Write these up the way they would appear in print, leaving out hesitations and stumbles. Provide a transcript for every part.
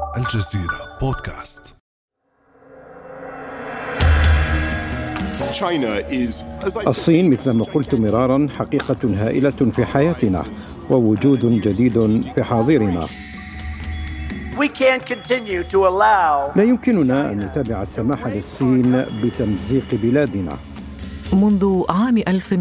الجزيرة بودكاست. الصين مثلما قلت مرارا حقيقة هائلة في حياتنا ووجود جديد في حاضرنا. لا يمكننا أن نتابع السماح للصين بتمزيق بلادنا. منذ عام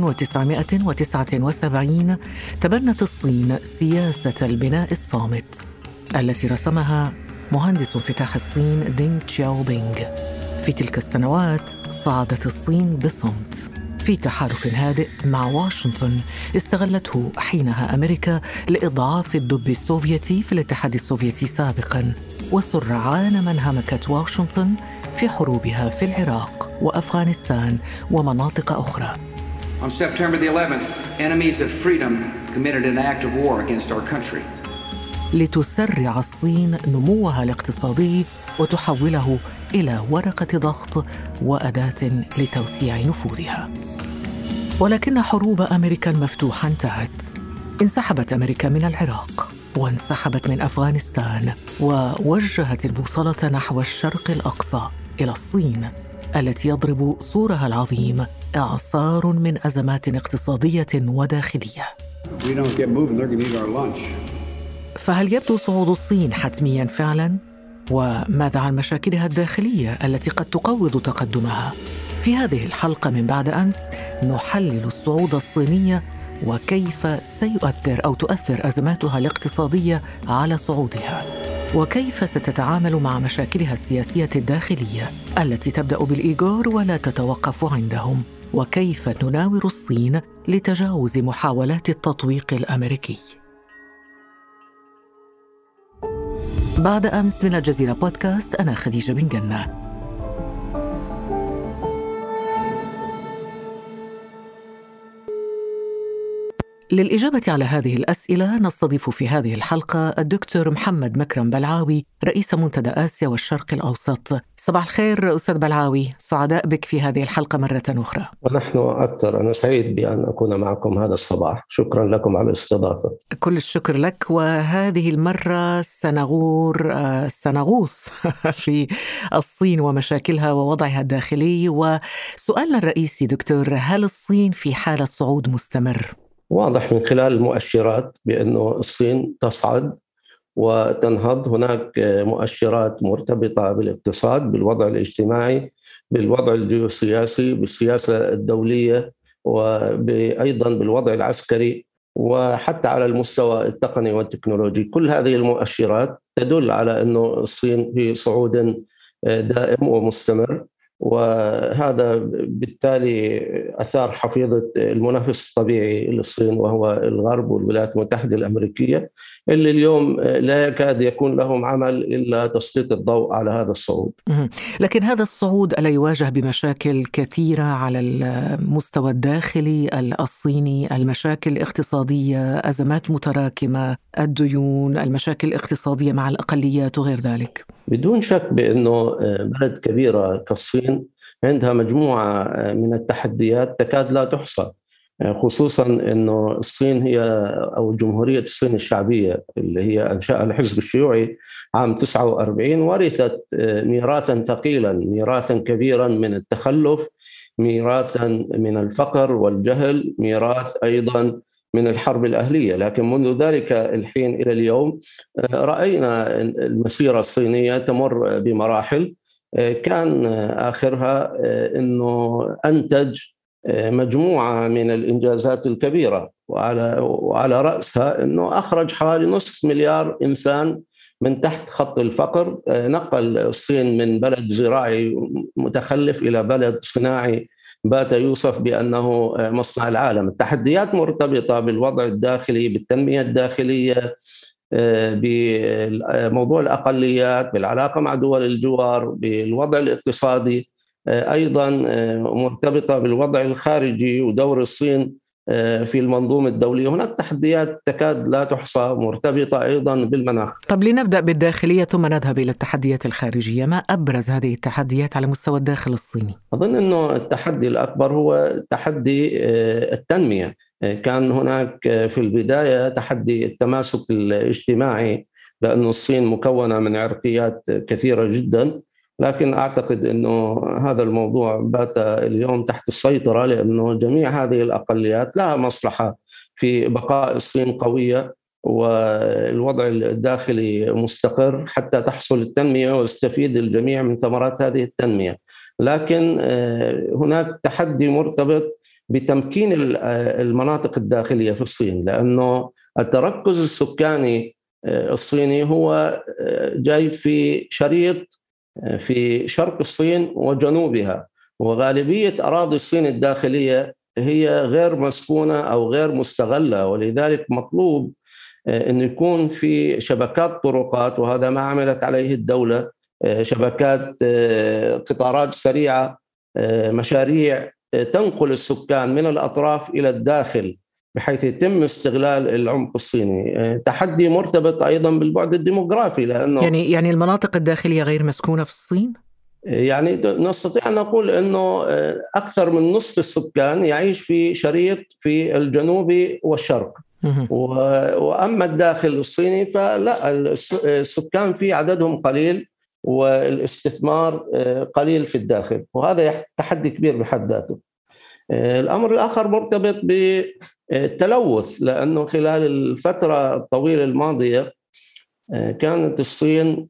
1979 تبنت الصين سياسة البناء الصامت التي رسمها مهندس انفتاح الصين دينغ تشاو بينغ. في تلك السنوات صعدت الصين بصمت في تحالف هادئ مع واشنطن استغلته حينها أمريكا لإضعاف الدب السوفيتي في الاتحاد السوفيتي سابقاً، وسرعان ما انهمكت واشنطن في حروبها في العراق وأفغانستان ومناطق أخرى. On September the 11th, enemies of freedom committed an act of war against our country. لتسرع الصين نموها الاقتصادي وتحوله إلى ورقة ضغط وأداة لتوسيع نفوذها. ولكن حروب أمريكا المفتوحة انتهت. انسحبت أمريكا من العراق وانسحبت من أفغانستان ووجهت البوصلة نحو الشرق الأقصى إلى الصين التي يضرب صورها العظيم إعصار من أزمات اقتصادية وداخلية. فهل يبدو صعود الصين حتمياً فعلاً؟ وماذا عن مشاكلها الداخلية التي قد تقوض تقدمها؟ في هذه الحلقة من بعد أمس نحلل الصعود الصيني وكيف سيؤثر أو تؤثر أزماتها الاقتصادية على صعودها، وكيف ستتعامل مع مشاكلها السياسية الداخلية التي تبدأ بالإيغور ولا تتوقف عندهم، وكيف نناور الصين لتجاوز محاولات التطويق الأمريكي. بعد أمس من الجزيرة بودكاست، أنا خديجة بن جنة. للإجابة على هذه الأسئلة نستضيف في هذه الحلقة الدكتور محمد مكرم بلعاوي، رئيس منتدى آسيا والشرق الأوسط. صباح الخير أستاذ بلعاوي، سعداء بك في هذه الحلقة مرة أخرى. ونحن أكثر، أنا سعيد بأن أكون معكم هذا الصباح. شكرا لكم على الاستضافة. كل الشكر لك. وهذه المرة سنغوص في الصين ومشاكلها ووضعها الداخلي. وسؤالنا الرئيسي دكتور، هل الصين في حالة صعود مستمر؟ واضح من خلال المؤشرات بأنه الصين تصعد وتنهض. هناك مؤشرات مرتبطة بالاقتصاد، بالوضع الاجتماعي، بالوضع الجيوسياسي، بالسياسة الدولية، وأيضا بالوضع العسكري، وحتى على المستوى التقني والتكنولوجي. كل هذه المؤشرات تدل على أنه الصين في صعود دائم ومستمر، وهذا بالتالي أثار حفيظة المنافس الطبيعي للصين وهو الغرب والولايات المتحدة الأمريكية، اللي اليوم لا يكاد يكون لهم عمل إلا تسليط الضوء على هذا الصعود. لكن هذا الصعود ألا يواجه بمشاكل كثيرة على المستوى الداخلي الصيني؟ المشاكل الاقتصادية، أزمات متراكمة، الديون، المشاكل الاقتصادية مع الأقليات وغير ذلك. بدون شك بأنه بلد كبيرة كالصين عندها مجموعة من التحديات تكاد لا تحصى، خصوصاً أنه الصين هي أو جمهورية الصين الشعبية اللي هي أنشأها الحزب الشيوعي عام 49 ورثت ميراثاً ثقيلاً، ميراثاً كبيراً من التخلف، ميراثاً من الفقر والجهل، ميراث أيضاً من الحرب الأهلية. لكن منذ ذلك الحين إلى اليوم رأينا المسيرة الصينية تمر بمراحل، كان آخرها أنه أنتج مجموعة من الإنجازات الكبيرة، وعلى رأسها أنه أخرج حوالي 500 مليار إنسان من تحت خط الفقر. نقل الصين من بلد زراعي متخلف إلى بلد صناعي بات يوصف بأنه مصنع العالم. التحديات مرتبطة بالوضع الداخلي، بالتنمية الداخلية، بموضوع الأقليات، بالعلاقة مع دول الجوار، بالوضع الاقتصادي، أيضا مرتبطة بالوضع الخارجي ودور الصين في المنظومة الدولية. هناك تحديات تكاد لا تحصى مرتبطة أيضا بالمناخ. طب لنبدأ بالداخلية ثم نذهب إلى التحديات الخارجية. ما أبرز هذه التحديات على مستوى الداخل الصيني؟ أظن أنه التحدي الأكبر هو تحدي التنمية. كان هناك في البداية تحدي التماسك الاجتماعي لأن الصين مكونة من عرقيات كثيرة جدا، لكن أعتقد أنه هذا الموضوع بات اليوم تحت السيطرة، لأنه جميع هذه الأقليات لها مصلحة في بقاء الصين قوية والوضع الداخلي مستقر حتى تحصل التنمية ويستفيد الجميع من ثمرات هذه التنمية. لكن هناك تحدي مرتبط بتمكين المناطق الداخلية في الصين، لأنه التركز السكاني الصيني هو جاي في شريط في شرق الصين وجنوبها، وغالبية أراضي الصين الداخلية هي غير مسكونة أو غير مستغلة، ولذلك مطلوب أن يكون في شبكات طرقات، وهذا ما عملت عليه الدولة، شبكات قطارات سريعة، مشاريع تنقل السكان من الأطراف إلى الداخل بحيث يتم استغلال العمق الصيني. تحدي مرتبط أيضا بالبعد الديموغرافي، لأنه يعني المناطق الداخلية غير مسكونة في الصين؟ يعني نستطيع أن نقول أنه أكثر من نصف السكان يعيش في شريط في الجنوب والشرق، وأما الداخل الصيني فلا، السكان فيه عددهم قليل والاستثمار قليل في الداخل، وهذا تحدي كبير بحد ذاته. الأمر الآخر مرتبط بالتلوث، لأنه خلال الفترة الطويلة الماضية كانت الصين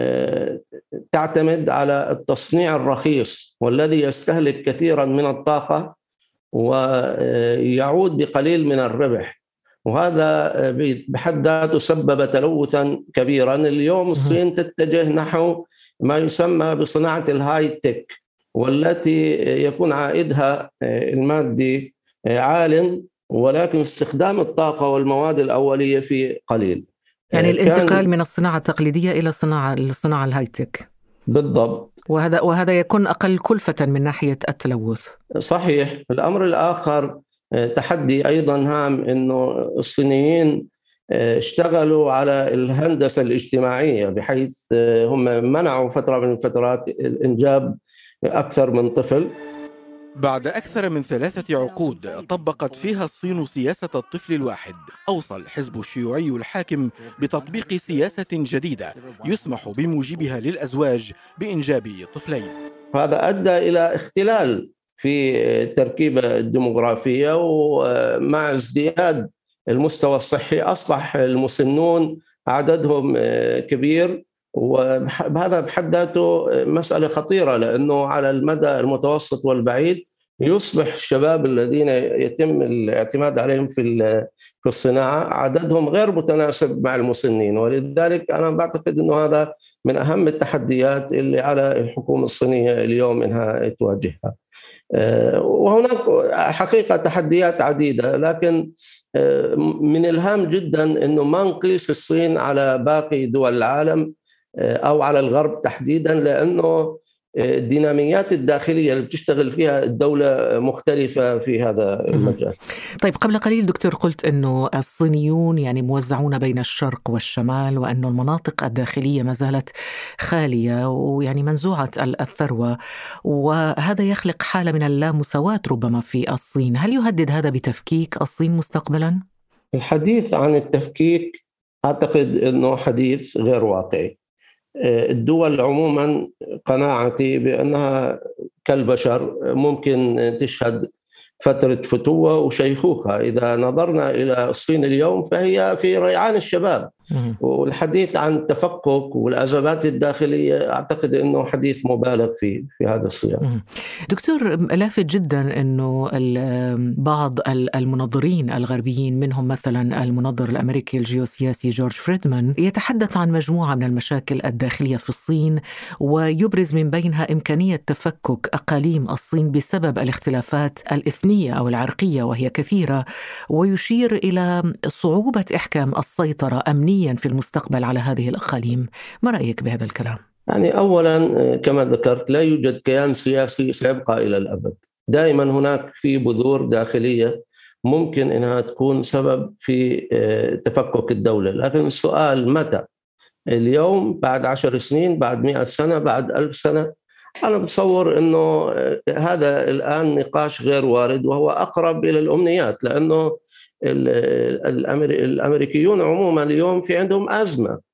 تعتمد على التصنيع الرخيص والذي يستهلك كثيرا من الطاقة ويعود بقليل من الربح، وهذا بحد ذاته سبب تلوثا كبيرا. اليوم الصين تتجه نحو ما يسمى بصناعة الهاي تك، والتي يكون عائدها المادي عال، ولكن استخدام الطاقة والمواد الأولية فيه قليل. يعني الانتقال من الصناعة التقليدية إلى الصناعة الهاي تك. بالضبط. وهذا يكون أقل كلفة من ناحية التلوث. صحيح. الأمر الآخر تحدي أيضا هام، إنه الصينيين اشتغلوا على الهندسة الاجتماعية، بحيث هم منعوا فترة من الفترات الإنجاب أكثر من طفل. بعد أكثر من 3 عقود طبقت فيها الصين سياسة الطفل الواحد، أوصى الحزب الشيوعي الحاكم بتطبيق سياسة جديدة يسمح بموجبها للأزواج بإنجاب طفلين. هذا أدى إلى اختلال في التركيبة الديموغرافية، ومع ازدياد المستوى الصحي أصبح المسنون عددهم كبير، وهذا بحد ذاته مسألة خطيرة، لأنه على المدى المتوسط والبعيد يصبح الشباب الذين يتم الاعتماد عليهم في الصناعة عددهم غير متناسب مع المسنين، ولذلك أنا بعتقد أنه هذا من أهم التحديات اللي على الحكومة الصينية اليوم إنها تواجهها. وهناك حقيقة تحديات عديدة، لكن من الهام جدا أنه ما نقيس الصين على باقي دول العالم أو على الغرب تحديدا، لأنه الديناميات الداخلية اللي بتشتغل فيها الدولة مختلفة في هذا المجال. طيب، قبل قليل دكتور قلت أنه الصينيون يعني موزعون بين الشرق والشمال، وأنه المناطق الداخلية ما زالت خالية ويعني منزوعة الثروة، وهذا يخلق حالة من اللامساواة ربما في الصين. هل يهدد هذا بتفكيك الصين مستقبلا؟ الحديث عن التفكيك أعتقد أنه حديث غير واقعي. الدول عموما قناعتي بأنها كالبشر ممكن تشهد فترة فتوة وشيخوخة. إذا نظرنا إلى الصين اليوم فهي في ريعان الشباب، والحديث عن التفكك والأزمات الداخلية أعتقد أنه حديث مبالغ في هذا السياق. دكتور، لافت جدا أنه بعض المنظرين الغربيين، منهم مثلا المنظر الأمريكي الجيوسياسي جورج فريدمان، يتحدث عن مجموعة من المشاكل الداخلية في الصين، ويبرز من بينها إمكانية تفكك أقاليم الصين بسبب الاختلافات الإثنية أو العرقية وهي كثيرة، ويشير إلى صعوبة إحكام السيطرة أمنيا في المستقبل على هذه الأقاليم. ما رأيك بهذا الكلام؟ يعني أولا كما ذكرت لا يوجد كيان سياسي سيبقى إلى الأبد، دائما هناك في بذور داخلية ممكن أنها تكون سبب في تفكك الدولة، لكن السؤال متى؟ اليوم، بعد 10 سنين، بعد 100 سنة، بعد 1000 سنة؟ أنا بتصور أنه هذا الآن نقاش غير وارد، وهو أقرب إلى الأمنيات، لأنه الأمريكيون عموما اليوم في عندهم أزمة،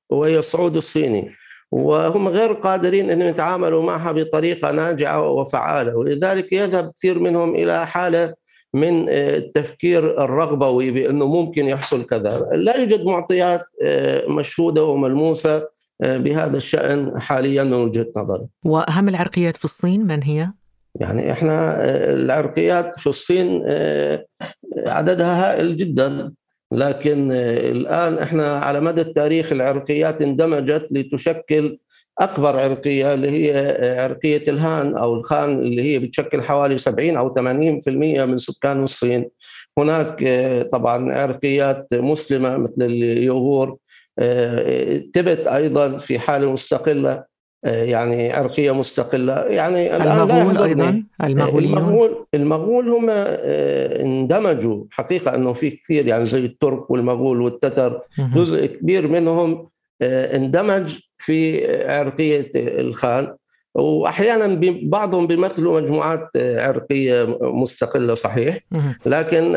وهي الصعود الصيني، وهم غير قادرين أن يتعاملوا معها بطريقة ناجعة وفعالة، ولذلك يذهب كثير منهم إلى حالة من التفكير الرغبوي بأنه ممكن يحصل كذا. لا يوجد معطيات مشهودة وملموسة بهذا الشأن حاليا من وجهة نظري. وأهم العرقيات في الصين من هي؟ يعني إحنا العرقيات في الصين عددها هائل جدا، لكن الآن إحنا على مدى التاريخ العرقيات اندمجت لتشكل أكبر عرقية اللي هي عرقية الهان أو الخان، اللي هي بتشكل حوالي 70 أو 80% من سكان الصين. هناك طبعا عرقيات مسلمة مثل اليغور، تبت أيضا في حالة مستقلة، يعني عرقية مستقلة. يعني الآن المغول أيضا، المغول هم اندمجوا حقيقة، أنه في كثير يعني زي الترك والمغول والتتر، جزء كبير منهم اندمج في عرقية الخان، وأحيانا بعضهم بيمثلوا مجموعات عرقية مستقلة صحيح، لكن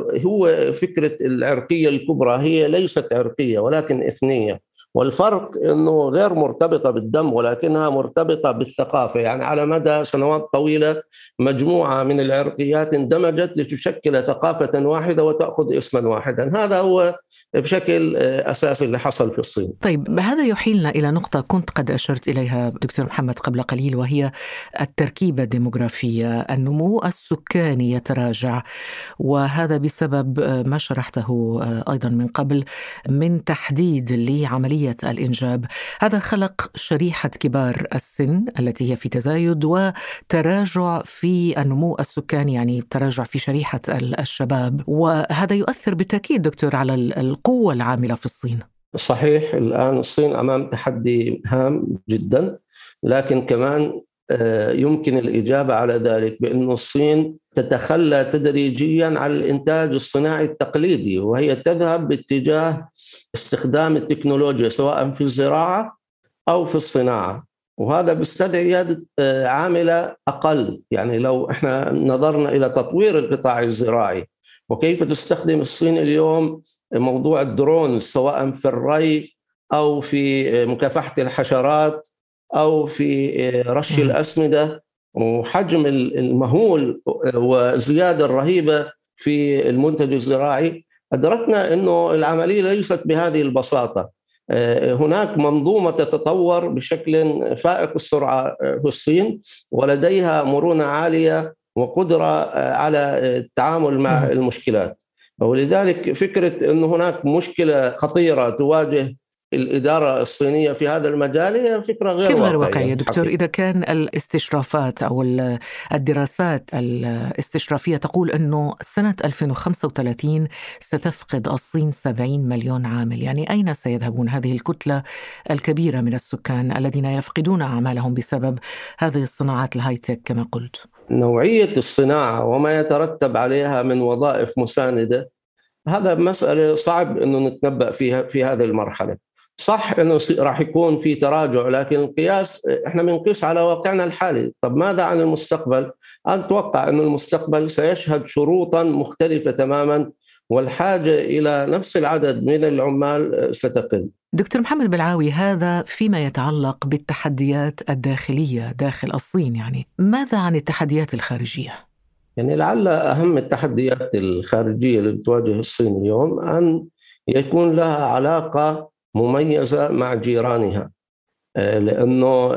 هو فكرة العرقية الكبرى هي ليست عرقية ولكن إثنية، والفرق أنه غير مرتبطة بالدم ولكنها مرتبطة بالثقافة. يعني على مدى سنوات طويلة مجموعة من العرقيات اندمجت لتشكل ثقافة واحدة وتأخذ اسما واحدا. هذا هو بشكل أساسي اللي حصل في الصين. طيب، هذا يحيلنا إلى نقطة كنت قد أشرت إليها دكتور محمد قبل قليل، وهي التركيبة الديموغرافية. النمو السكاني يتراجع، وهذا بسبب ما شرحته أيضا من قبل من تحديد لعملية الإنجاب. هذا خلق شريحة كبار السن التي هي في تزايد، وتراجع في النمو السكاني، يعني تراجع في شريحة الشباب، وهذا يؤثر بالتأكيد دكتور على القوة العاملة في الصين. صحيح، الآن الصين أمام تحدي هام جدا، لكن كمان يمكن الإجابة على ذلك بأن الصين تتخلى تدريجيا عن الإنتاج الصناعي التقليدي، وهي تذهب باتجاه استخدام التكنولوجيا سواء في الزراعة أو في الصناعة، وهذا بيستدعي عاملة أقل. يعني لو احنا نظرنا إلى تطوير القطاع الزراعي وكيف تستخدم الصين اليوم موضوع الدرون سواء في الري أو في مكافحة الحشرات أو في رش الأسمدة، وحجم المهول وزيادة الرهيبة في المنتج الزراعي، أدركنا أنه العملية ليست بهذه البساطة. هناك منظومة تتطور بشكل فائق السرعة في الصين، ولديها مرونة عالية وقدرة على التعامل مع المشكلات، ولذلك فكرة أن هناك مشكلة خطيرة تواجه الإدارة الصينية في هذا المجال هي فكرة غير واقعية. دكتور، إذا كان الاستشرافات أو الدراسات الاستشرافية تقول أنه سنة 2035 ستفقد الصين 70 مليون عامل، يعني أين سيذهبون هذه الكتلة الكبيرة من السكان الذين يفقدون أعمالهم بسبب هذه الصناعات الهايتك كما قلت؟ نوعية الصناعة وما يترتب عليها من وظائف مساندة، هذا مسألة صعب أنه نتنبأ فيها في هذه المرحلة. صح أنه راح يكون في تراجع، لكن القياس إحنا بنقيس على واقعنا الحالي. طب ماذا عن المستقبل؟ أنا أتوقع أن المستقبل سيشهد شروطا مختلفة تماما، والحاجة إلى نفس العدد من العمال ستقل. دكتور محمد بلعاوي، هذا فيما يتعلق بالتحديات الداخلية داخل الصين، يعني ماذا عن التحديات الخارجية؟ يعني لعل أهم التحديات الخارجية اللي بتواجه الصين اليوم أن يكون لها علاقة مميزة مع جيرانها، لأنه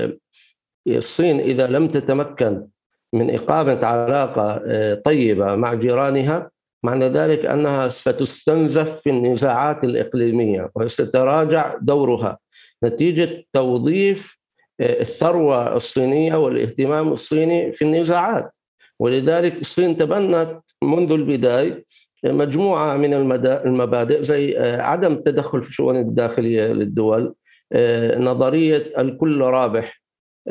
الصين إذا لم تتمكن من إقامة علاقة طيبة مع جيرانها، معنى ذلك أنها ستستنزف في النزاعات الإقليمية وستتراجع دورها نتيجة توظيف الثروة الصينية والاهتمام الصيني في النزاعات. ولذلك الصين تبنت منذ البداية مجموعة من المبادئ زي عدم التدخل في الشؤون الداخلية للدول، نظرية الكل رابح،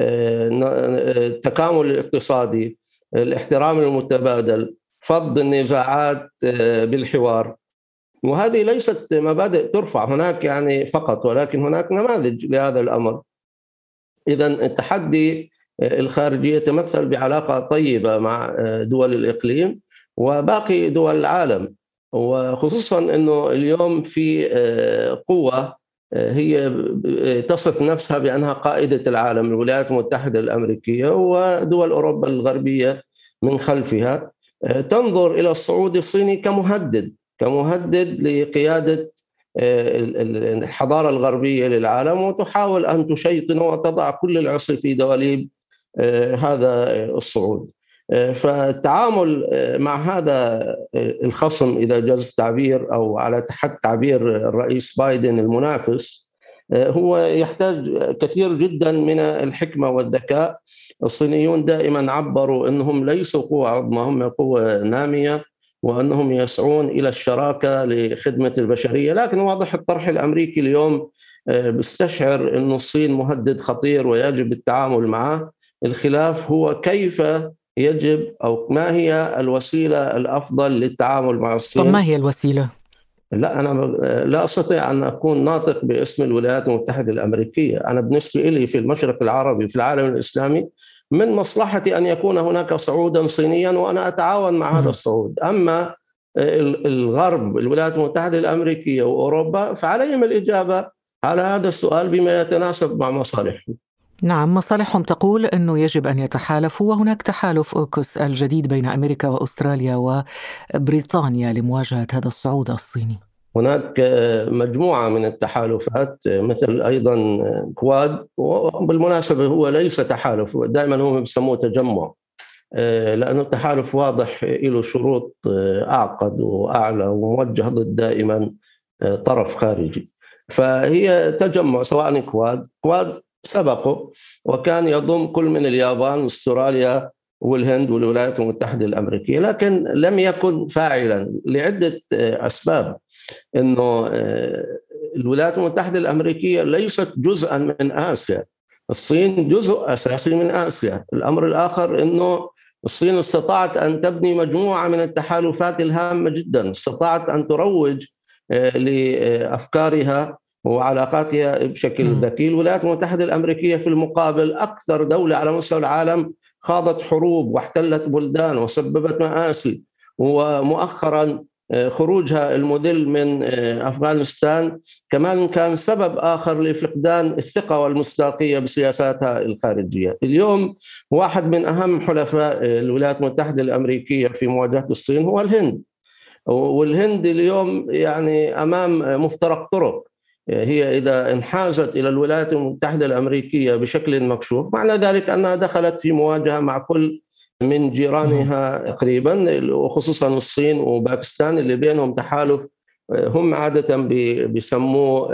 التكامل الاقتصادي، الاحترام المتبادل، فض النزاعات بالحوار. وهذه ليست مبادئ ترفع هناك يعني فقط، ولكن هناك نماذج لهذا الأمر. إذن التحدي الخارجي يتمثل بعلاقة طيبة مع دول الإقليم وباقي دول العالم، وخصوصا أنه اليوم في قوة هي تصف نفسها بأنها قائدة العالم، الولايات المتحدة الأمريكية ودول أوروبا الغربية من خلفها، تنظر إلى الصعود الصيني كمهدد لقيادة الحضارة الغربية للعالم، وتحاول أن تشيطن وتضع كل العصي في دواليب هذا الصعود. فالتعامل مع هذا الخصم، إذا جاز التعبير، أو على حد تعبير الرئيس بايدن المنافس، هو يحتاج كثير جدا من الحكمة والذكاء. الصينيون دائما عبروا أنهم ليسوا قوة عظمى، هم قوة نامية، وأنهم يسعون إلى الشراكة لخدمة البشرية. لكن واضح الطرح الأمريكي اليوم بيستشعر أن الصين مهدد خطير ويجب التعامل معه. الخلاف هو كيف يجب، أو ما هي الوسيلة الأفضل للتعامل مع الصين. طب ما هي الوسيلة؟ لا، أنا لا أستطيع أن أكون ناطق باسم الولايات المتحدة الأمريكية. أنا بالنسبة لي في المشرق العربي في العالم الإسلامي من مصلحتي أن يكون هناك صعودا صينيا وأنا أتعاون مع هذا الصعود. أما الغرب، الولايات المتحدة الأمريكية وأوروبا، فعليهم الإجابة على هذا السؤال بما يتناسب مع مصالحهم. نعم، مصالحهم تقول أنه يجب أن يتحالفوا، وهناك تحالف أوكوس الجديد بين أمريكا وأستراليا وبريطانيا لمواجهة هذا الصعود الصيني. هناك مجموعة من التحالفات، مثل أيضا كواد، وبالمناسبة هو ليس تحالف، دائما هم بيسموه تجمع، لأنه التحالف واضح له شروط أعقد وأعلى وموجه ضد دائما طرف خارجي. فهي تجمع، سواء كواد سبقه وكان يضم كل من اليابان واستراليا والهند والولايات المتحدة الأمريكية، لكن لم يكن فاعلا لعدة أسباب. إنه الولايات المتحدة الأمريكية ليست جزءا من آسيا، الصين جزء أساسي من آسيا. الأمر الآخر إنه الصين استطاعت أن تبني مجموعة من التحالفات الهامة جدا، استطاعت أن تروج لأفكارها وعلاقاتها بشكل ذكي. الولايات المتحدة الأمريكية في المقابل أكثر دولة على مستوى العالم خاضت حروب واحتلت بلدان وسببت مآسي، ومؤخرا خروجها المذل من أفغانستان كمان كان سبب آخر لفقدان الثقة والمصداقية بسياساتها الخارجية. اليوم واحد من أهم حلفاء الولايات المتحدة الأمريكية في مواجهة الصين هو الهند، والهند اليوم يعني أمام مفترق طرق. هي إذا انحازت إلى الولايات المتحدة الأمريكية بشكل مكشوف، معنى ذلك أنها دخلت في مواجهة مع كل من جيرانها تقريبا، وخصوصا الصين وباكستان اللي بينهم تحالف هم عادة بيسموه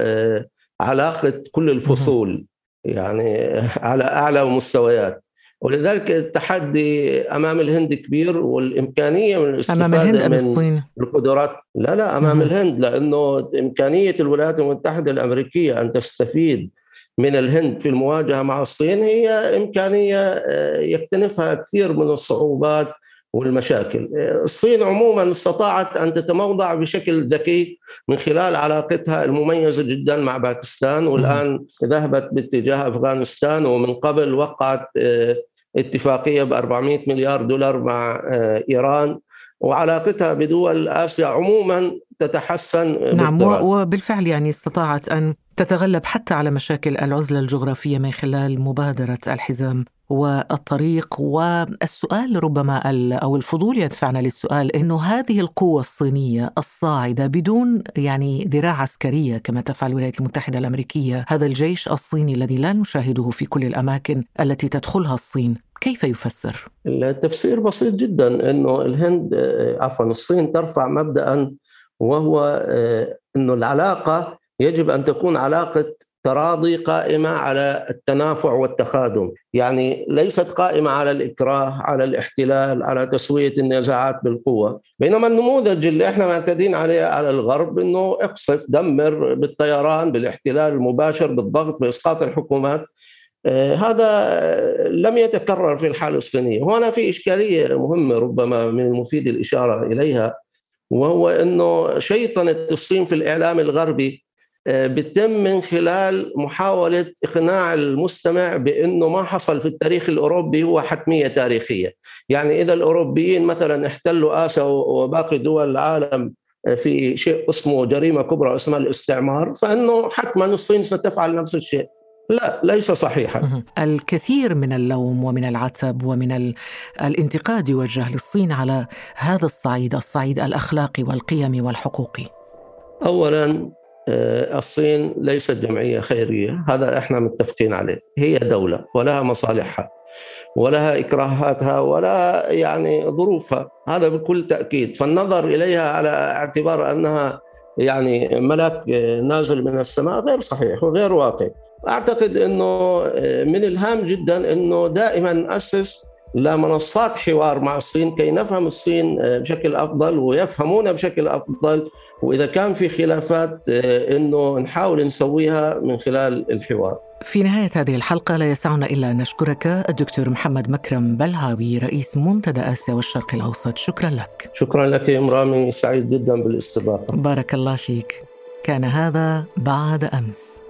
علاقة كل الفصول، يعني على أعلى مستويات. ولذلك التحدي أمام الهند كبير، والإمكانية من الاستفادة من القدرات لا أمام الهند، لأنه إمكانية الولايات المتحدة الأمريكية أن تستفيد من الهند في المواجهة مع الصين هي إمكانية يكتنفها كثير من الصعوبات والمشاكل. الصين عموما استطاعت أن تتموضع بشكل ذكي من خلال علاقتها المميزة جدا مع باكستان، والآن ذهبت باتجاه أفغانستان، ومن قبل وقعت اتفاقية ب$400 مليار مع إيران، وعلاقتها بدول آسيا عموما تتحسن. نعم، وبالفعل يعني استطاعت أن تتغلب حتى على مشاكل العزلة الجغرافية من خلال مبادرة الحزام والطريق. والسؤال ربما أو الفضول يدفعنا للسؤال إنه هذه القوة الصينية الصاعدة بدون يعني ذراع عسكرية كما تفعل الولايات المتحدة الأمريكية، هذا الجيش الصيني الذي لا نشاهده في كل الأماكن التي تدخلها الصين، كيف يفسر؟ التفسير بسيط جدا، إنه الصين ترفع مبدأ، وهو إنه العلاقة يجب أن تكون علاقة تراضي قائمة على التنافع والتخادم، يعني ليست قائمة على الإكراه، على الاحتلال، على تسوية النزاعات بالقوة. بينما النموذج اللي احنا معتادين عليه على الغرب إنه اقصف، دمر بالطيران، بالاحتلال المباشر، بالضغط، بإسقاط الحكومات، هذا لم يتكرر في الحالة الصينية. وهنا في إشكالية مهمة ربما من المفيد الإشارة إليها، وهو أنه شيطنة الصين في الإعلام الغربي بتم من خلال محاولة إقناع المستمع بأنه ما حصل في التاريخ الأوروبي هو حتمية تاريخية. يعني إذا الأوروبيين مثلا احتلوا آسيا وباقي دول العالم في شيء اسمه جريمة كبرى اسمها الاستعمار، فإنه حتما الصين ستفعل نفس الشيء. لا، ليس صحيحا. الكثير من اللوم ومن العتب ومن الانتقاد يوجه للصين على هذا الصعيد الأخلاقي والقيمي والحقوقي. أولا، الصين ليست جمعية خيرية، هذا احنا متفقين عليه. هي دولة ولها مصالحها ولها إكراهاتها ولا يعني ظروفها، هذا بكل تأكيد. فالنظر إليها على اعتبار أنها يعني ملاك نازل من السماء غير صحيح وغير واقعي. أعتقد أنه من الهام جدا أنه دائما نأسس لمنصات حوار مع الصين كي نفهم الصين بشكل أفضل ويفهمونا بشكل أفضل، وإذا كان في خلافات أنه نحاول نسويها من خلال الحوار. في نهاية هذه الحلقة لا يسعنا إلا أن نشكرك الدكتور محمد مكرم بلهاوي، رئيس منتدى آسيا والشرق الأوسط. شكرا لك. شكرا لك يا رامي، سعيد جدا بالاستضافة. بارك الله فيك. كان هذا بعد أمس.